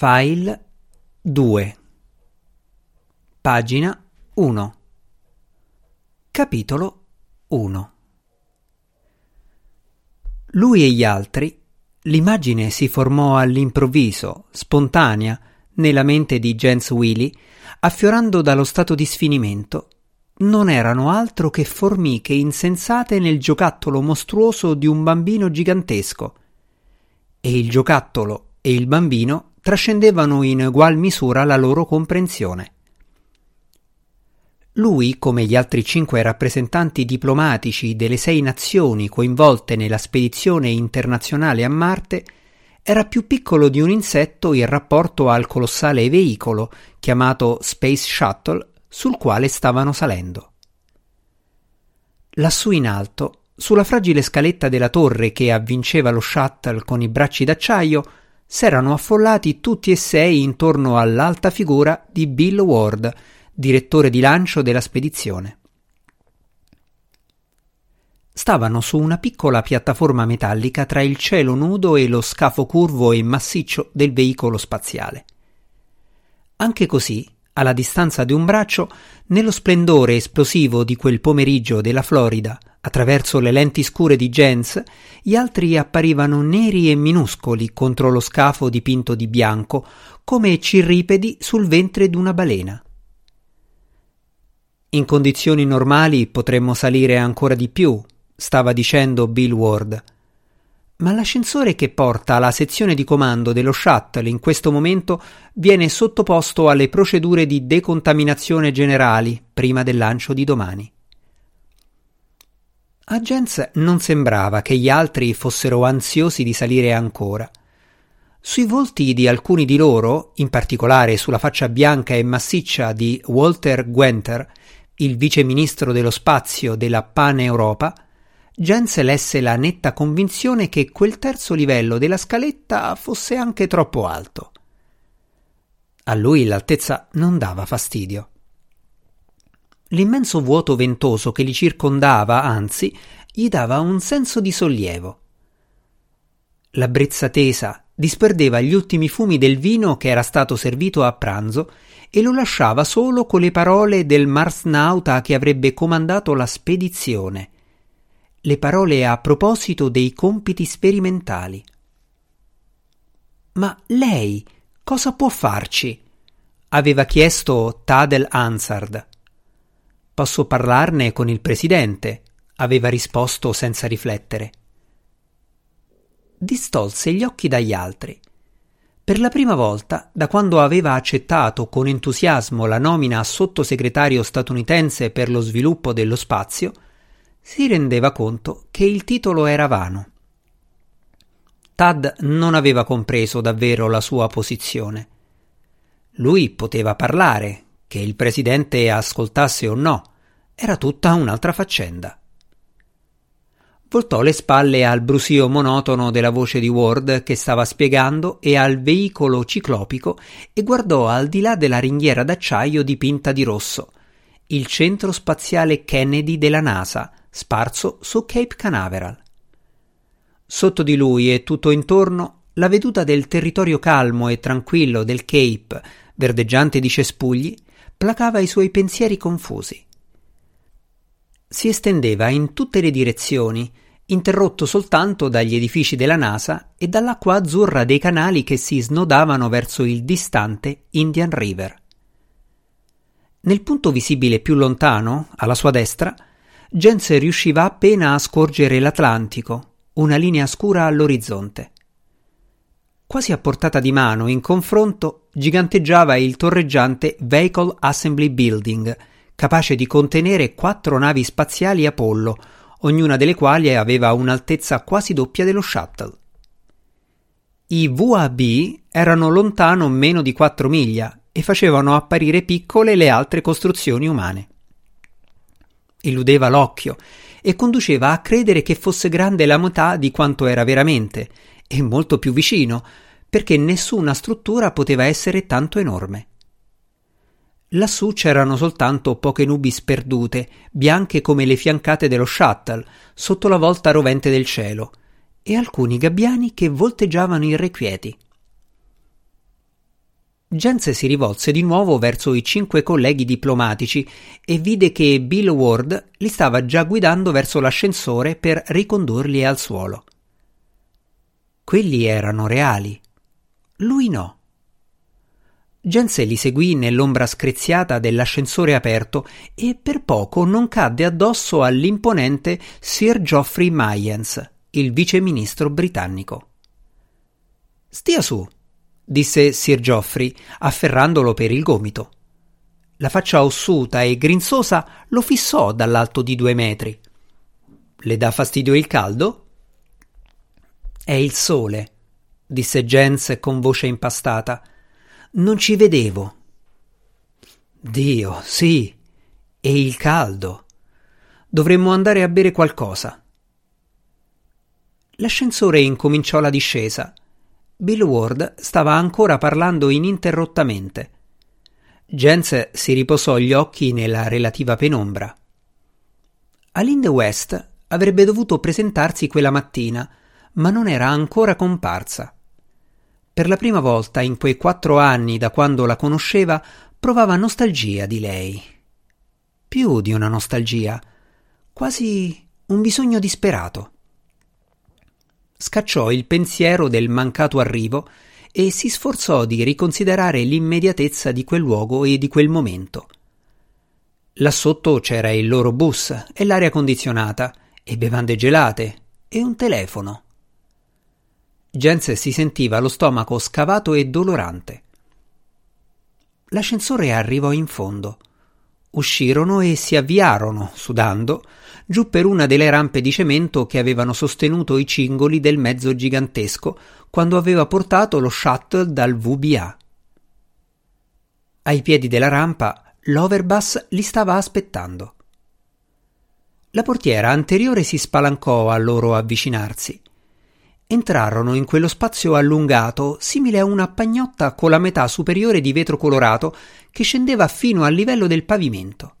File 2. Pagina 1. Capitolo 1. Lui e gli altri. L'immagine si formò all'improvviso, spontanea, nella mente di Jens Willy, affiorando dallo stato di sfinimento. Non erano altro che formiche insensate nel giocattolo mostruoso di un bambino gigantesco. E il giocattolo e il bambino trascendevano in egual misura la loro comprensione. Lui, come gli altri 5 rappresentanti diplomatici delle 6 nazioni coinvolte nella spedizione internazionale a Marte, era più piccolo di un insetto in rapporto al colossale veicolo chiamato Space Shuttle sul quale stavano salendo. Lassù in alto, sulla fragile scaletta della torre che avvinceva lo shuttle con i bracci d'acciaio, s'erano affollati tutti e 6 intorno all'alta figura di Bill Ward, direttore di lancio della spedizione. Stavano su una piccola piattaforma metallica tra il cielo nudo e lo scafo curvo e massiccio del veicolo spaziale. Anche così, alla distanza di un braccio, nello splendore esplosivo di quel pomeriggio della Florida, attraverso le lenti scure di Jens, gli altri apparivano neri e minuscoli contro lo scafo dipinto di bianco, come cirripedi sul ventre d'una balena. In condizioni normali potremmo salire ancora di più, stava dicendo Bill Ward. Ma l'ascensore che porta alla sezione di comando dello shuttle in questo momento viene sottoposto alle procedure di decontaminazione generali prima del lancio di domani. A Jens non sembrava che gli altri fossero ansiosi di salire ancora. Sui volti di alcuni di loro, in particolare sulla faccia bianca e massiccia di Walter Gwenter, il viceministro dello spazio della Pan-Europa, Jens lesse la netta convinzione che quel terzo livello della scaletta fosse anche troppo alto. A lui l'altezza non dava fastidio. L'immenso vuoto ventoso che li circondava, anzi, gli dava un senso di sollievo. La brezza tesa disperdeva gli ultimi fumi del vino che era stato servito a pranzo e lo lasciava solo con le parole del marsnauta che avrebbe comandato la spedizione. Le parole a proposito dei compiti sperimentali. «Ma lei cosa può farci?» aveva chiesto Tadel Hansard. «Posso parlarne con il presidente», aveva risposto senza riflettere. Distolse gli occhi dagli altri. Per la prima volta, da quando aveva accettato con entusiasmo la nomina a sottosegretario statunitense per lo sviluppo dello spazio, si rendeva conto che il titolo era vano. Tad non aveva compreso davvero la sua posizione. Lui poteva parlare, che il presidente ascoltasse o no, era tutta un'altra faccenda. Voltò le spalle al brusio monotono della voce di Ward che stava spiegando e al veicolo ciclopico e guardò al di là della ringhiera d'acciaio dipinta di rosso, il centro spaziale Kennedy della NASA, sparso su Cape Canaveral. Sotto di lui e tutto intorno la veduta del territorio calmo e tranquillo del Cape, verdeggiante di cespugli, placava i suoi pensieri confusi. Si estendeva in tutte le direzioni, interrotto soltanto dagli edifici della NASA e dall'acqua azzurra dei canali che si snodavano verso il distante Indian River. Nel punto visibile più lontano, alla sua destra, Jens riusciva appena a scorgere l'Atlantico, una linea scura all'orizzonte. Quasi a portata di mano, in confronto, giganteggiava il torreggiante Vehicle Assembly Building, capace di contenere 4 navi spaziali Apollo, ognuna delle quali aveva un'altezza quasi doppia dello shuttle. I VAB erano lontano meno di 4 miglia e facevano apparire piccole le altre costruzioni umane. Illudeva l'occhio e conduceva a credere che fosse grande la metà di quanto era veramente, e molto più vicino, perché nessuna struttura poteva essere tanto enorme. Lassù c'erano soltanto poche nubi sperdute, bianche come le fiancate dello shuttle, sotto la volta rovente del cielo, e alcuni gabbiani che volteggiavano irrequieti. Jens si rivolse di nuovo verso i 5 colleghi diplomatici e vide che Bill Ward li stava già guidando verso l'ascensore per ricondurli al suolo. Quelli erano reali. Lui no. Jens li seguì nell'ombra screziata dell'ascensore aperto e per poco non cadde addosso all'imponente Sir Geoffrey Mayens, il viceministro britannico. «Stia su», disse Sir Geoffrey, afferrandolo per il gomito. La faccia ossuta e grinzosa lo fissò dall'alto di 2 metri. «Le dà fastidio il caldo?» «È il sole», disse Jens con voce impastata. «Non ci vedevo». «Dio, sì, e il caldo. Dovremmo andare a bere qualcosa». L'ascensore incominciò la discesa. Bill Ward stava ancora parlando ininterrottamente. Jens si riposò gli occhi nella relativa penombra. Aline West avrebbe dovuto presentarsi quella mattina, ma non era ancora comparsa. Per la prima volta in quei 4 anni da quando la conosceva, provava nostalgia di lei. Più di una nostalgia, quasi un bisogno disperato. Scacciò il pensiero del mancato arrivo e si sforzò di riconsiderare l'immediatezza di quel luogo e di quel momento. Là sotto c'era il loro bus e l'aria condizionata, e bevande gelate, e un telefono. Jens si sentiva lo stomaco scavato e dolorante. L'ascensore arrivò in fondo. Uscirono e si avviarono, sudando, giù per una delle rampe di cemento che avevano sostenuto i cingoli del mezzo gigantesco quando aveva portato lo shuttle dal VBA. Ai piedi della rampa l'overbus li stava aspettando. La portiera anteriore si spalancò al loro avvicinarsi. Entrarono in quello spazio allungato, simile a una pagnotta con la metà superiore di vetro colorato che scendeva fino al livello del pavimento.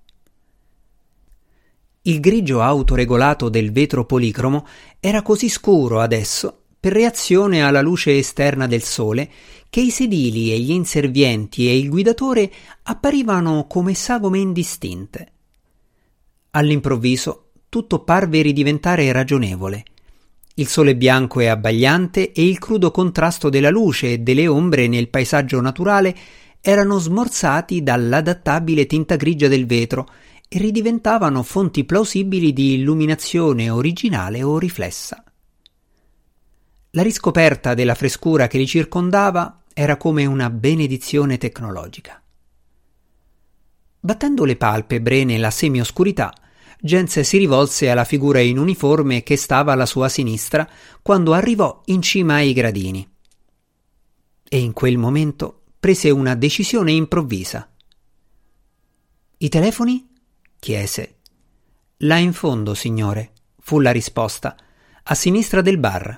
Il grigio autoregolato del vetro policromo era così scuro adesso, per reazione alla luce esterna del sole, che i sedili e gli inservienti e il guidatore apparivano come sagome indistinte. All'improvviso tutto parve ridiventare ragionevole. Il sole bianco e abbagliante e il crudo contrasto della luce e delle ombre nel paesaggio naturale erano smorzati dall'adattabile tinta grigia del vetro e ridiventavano fonti plausibili di illuminazione originale o riflessa. La riscoperta della frescura che li circondava era come una benedizione tecnologica. Battendo le palpebre nella semioscurità, Jens si rivolse alla figura in uniforme che stava alla sua sinistra quando arrivò in cima ai gradini. E in quel momento prese una decisione improvvisa. «I telefoni?» chiese. «Là in fondo, signore», fu la risposta, «a sinistra del bar».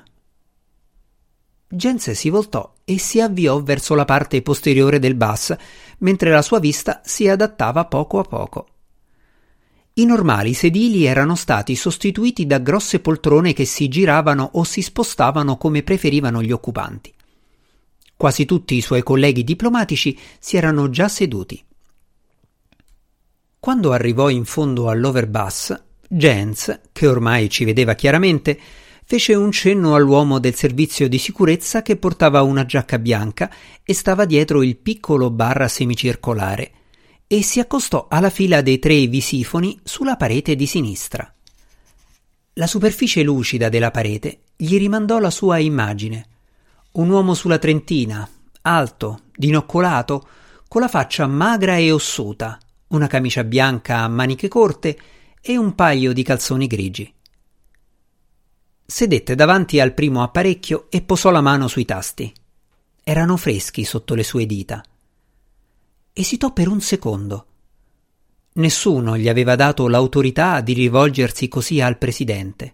Jens si voltò e si avviò verso la parte posteriore del bus, mentre la sua vista si adattava poco a poco. I normali sedili erano stati sostituiti da grosse poltrone che si giravano o si spostavano come preferivano gli occupanti. Quasi tutti i suoi colleghi diplomatici si erano già seduti. Quando arrivò in fondo all'overbus, Jens, che ormai ci vedeva chiaramente, fece un cenno all'uomo del servizio di sicurezza che portava una giacca bianca e stava dietro il piccolo bar semicircolare, e si accostò alla fila dei 3 visifoni sulla parete di sinistra. La superficie lucida della parete gli rimandò la sua immagine. Un uomo sulla trentina, alto, dinoccolato, con la faccia magra e ossuta, una camicia bianca a maniche corte e un paio di calzoni grigi. Sedette davanti al primo apparecchio e posò la mano sui tasti. Erano freschi sotto le sue dita. Esitò per un secondo. Nessuno gli aveva dato l'autorità di rivolgersi così al presidente.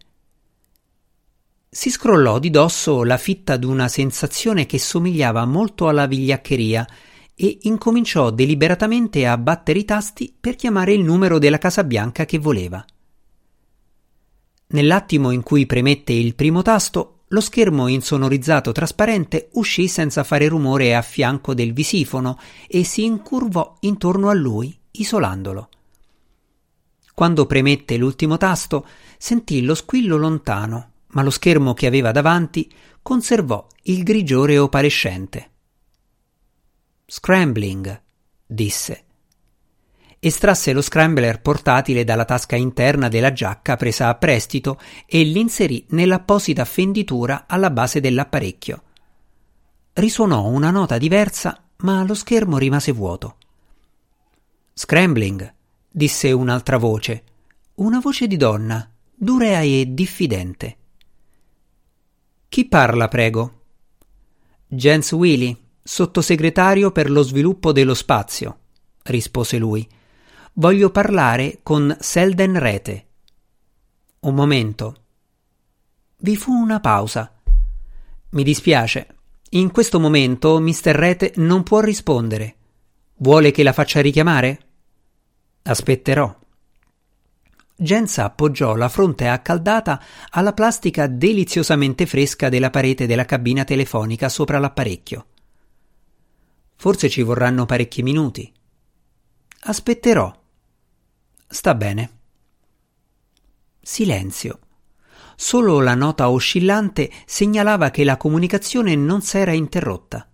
Si scrollò di dosso la fitta d'una sensazione che somigliava molto alla vigliaccheria e incominciò deliberatamente a battere i tasti per chiamare il numero della Casa Bianca che voleva. Nell'attimo in cui premette il primo tasto, lo schermo insonorizzato trasparente uscì senza fare rumore a fianco del visifono e si incurvò intorno a lui, isolandolo. Quando premette l'ultimo tasto, sentì lo squillo lontano, ma lo schermo che aveva davanti conservò il grigiore opalescente. «Scrambling», disse. Estrasse lo scrambler portatile dalla tasca interna della giacca presa a prestito e l'inserì nell'apposita fenditura alla base dell'apparecchio. Risuonò una nota diversa, ma lo schermo rimase vuoto. «Scrambling», disse un'altra voce, una voce di donna, dura e diffidente. «Chi parla, prego?» «Jens Willy, sottosegretario per lo sviluppo dello spazio», rispose lui. «Voglio parlare con Selden Rete». «Un momento». Vi fu una pausa. «Mi dispiace. In questo momento Mr. Rete non può rispondere. Vuole che la faccia richiamare?» «Aspetterò». Jens appoggiò la fronte accaldata alla plastica deliziosamente fresca della parete della cabina telefonica sopra l'apparecchio. «Forse ci vorranno parecchi minuti». «Aspetterò». «Sta bene». Silenzio. Solo la nota oscillante segnalava che la comunicazione non s'era interrotta.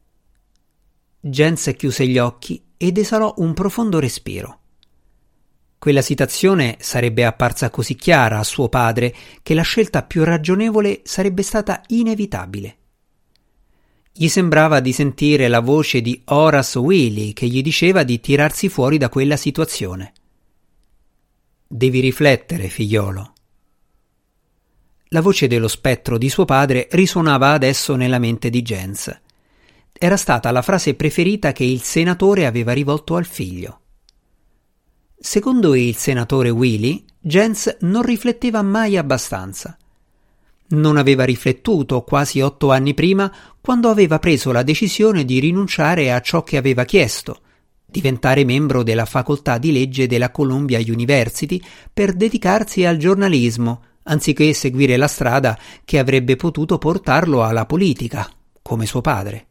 Jens chiuse gli occhi ed esalò un profondo respiro. Quella situazione sarebbe apparsa così chiara a suo padre che la scelta più ragionevole sarebbe stata inevitabile. Gli sembrava di sentire la voce di Horace Willy che gli diceva di tirarsi fuori da quella situazione. «Devi riflettere, figliolo». La voce dello spettro di suo padre risuonava adesso nella mente di Jens. Era stata la frase preferita che il senatore aveva rivolto al figlio. Secondo il senatore Willy, Jens non rifletteva mai abbastanza. Non aveva riflettuto quasi 8 anni prima, quando aveva preso la decisione di rinunciare a ciò che aveva chiesto, diventare membro della facoltà di legge della Columbia University per dedicarsi al giornalismo, anziché seguire la strada che avrebbe potuto portarlo alla politica, come suo padre.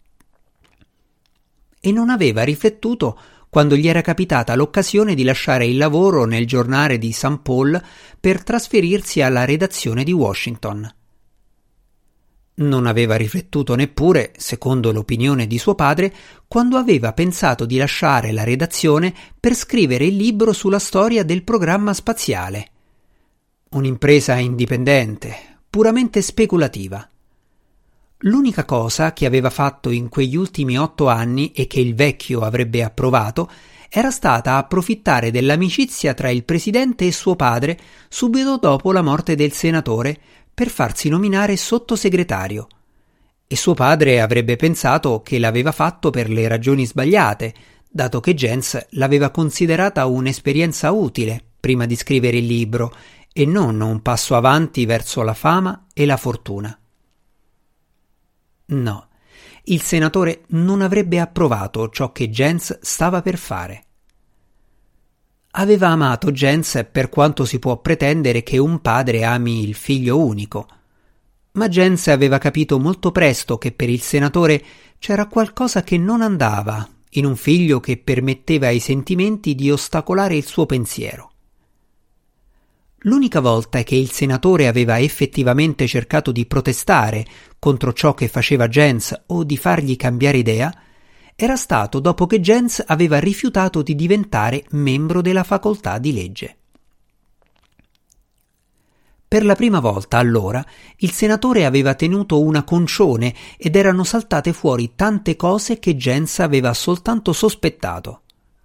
E non aveva riflettuto quando gli era capitata l'occasione di lasciare il lavoro nel giornale di St. Paul per trasferirsi alla redazione di Washington. Non aveva riflettuto neppure, secondo l'opinione di suo padre, quando aveva pensato di lasciare la redazione per scrivere il libro sulla storia del programma spaziale. Un'impresa indipendente, puramente speculativa. L'unica cosa che aveva fatto in quegli ultimi 8 anni e che il vecchio avrebbe approvato era stata approfittare dell'amicizia tra il presidente e suo padre subito dopo la morte del senatore per farsi nominare sottosegretario. E suo padre avrebbe pensato che l'aveva fatto per le ragioni sbagliate, dato che Jens l'aveva considerata un'esperienza utile prima di scrivere il libro e non un passo avanti verso la fama e la fortuna. No, il senatore non avrebbe approvato ciò che Jens stava per fare. Aveva amato Jens per quanto si può pretendere che un padre ami il figlio unico, ma Jens aveva capito molto presto che per il senatore c'era qualcosa che non andava in un figlio che permetteva ai sentimenti di ostacolare il suo pensiero. L'unica volta che il senatore aveva effettivamente cercato di protestare contro ciò che faceva Jens o di fargli cambiare idea era stato dopo che Jens aveva rifiutato di diventare membro della facoltà di legge. Per la prima volta, allora, il senatore aveva tenuto una concione ed erano saltate fuori tante cose che Jens aveva soltanto sospettato.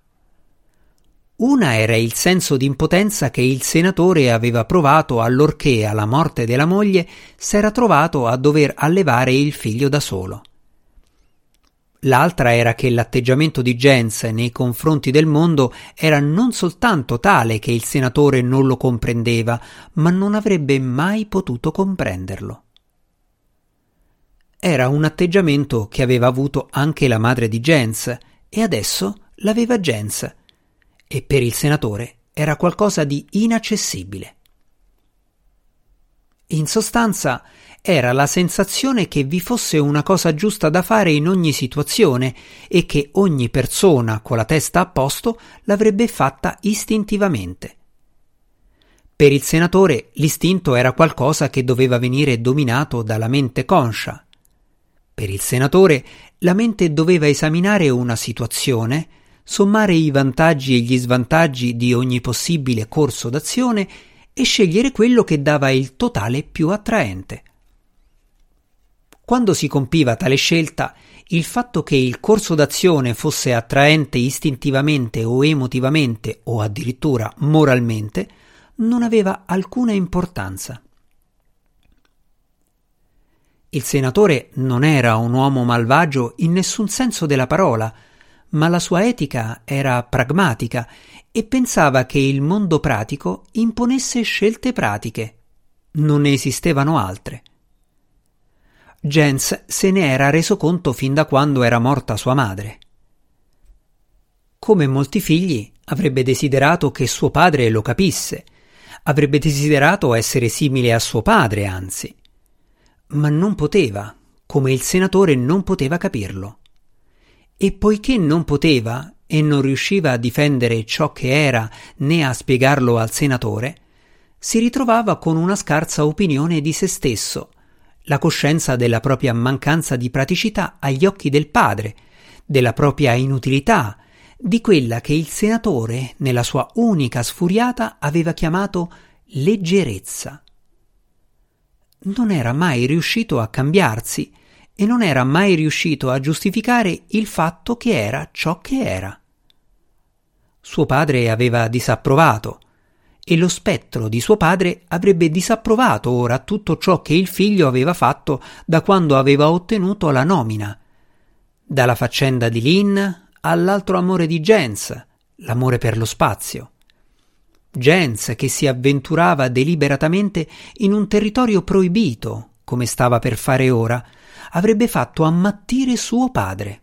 Una era il senso di impotenza che il senatore aveva provato allorché, alla morte della moglie, s'era trovato a dover allevare il figlio da solo. L'altra era che l'atteggiamento di Jens nei confronti del mondo era non soltanto tale che il senatore non lo comprendeva, ma non avrebbe mai potuto comprenderlo. Era un atteggiamento che aveva avuto anche la madre di Jens e adesso l'aveva Jens, e per il senatore era qualcosa di inaccessibile. In sostanza, era la sensazione che vi fosse una cosa giusta da fare in ogni situazione e che ogni persona con la testa a posto l'avrebbe fatta istintivamente. Per il senatore l'istinto era qualcosa che doveva venire dominato dalla mente conscia. Per il senatore la mente doveva esaminare una situazione, sommare i vantaggi e gli svantaggi di ogni possibile corso d'azione e scegliere quello che dava il totale più attraente. Quando si compiva tale scelta, il fatto che il corso d'azione fosse attraente istintivamente o emotivamente o addirittura moralmente non aveva alcuna importanza. Il senatore non era un uomo malvagio in nessun senso della parola, ma la sua etica era pragmatica e pensava che il mondo pratico imponesse scelte pratiche. Non ne esistevano altre. Jens se ne era reso conto fin da quando era morta sua madre. Come molti figli, avrebbe desiderato che suo padre lo capisse, avrebbe desiderato essere simile a suo padre, anzi. Ma non poteva, come il senatore non poteva capirlo. E poiché non poteva e non riusciva a difendere ciò che era né a spiegarlo al senatore, si ritrovava con una scarsa opinione di se stesso, la coscienza della propria mancanza di praticità agli occhi del padre, della propria inutilità, di quella che il senatore, nella sua unica sfuriata, aveva chiamato leggerezza. Non era mai riuscito a cambiarsi e non era mai riuscito a giustificare il fatto che era ciò che era. Suo padre aveva disapprovato e lo spettro di suo padre avrebbe disapprovato ora tutto ciò che il figlio aveva fatto da quando aveva ottenuto la nomina, dalla faccenda di Lynn all'altro amore di Jens, l'amore per lo spazio. Jens che si avventurava deliberatamente in un territorio proibito, come stava per fare ora, avrebbe fatto ammattire suo padre.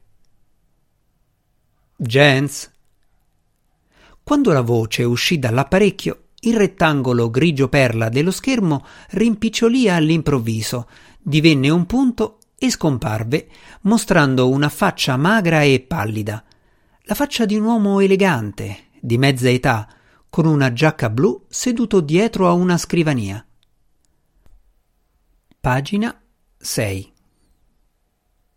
Jens. Quando la voce uscì dall'apparecchio, il rettangolo grigio perla dello schermo rimpicciolì all'improvviso, divenne un punto e scomparve, mostrando una faccia magra e pallida, la faccia di un uomo elegante, di mezza età, con una giacca blu seduto dietro a una scrivania. Pagina 6.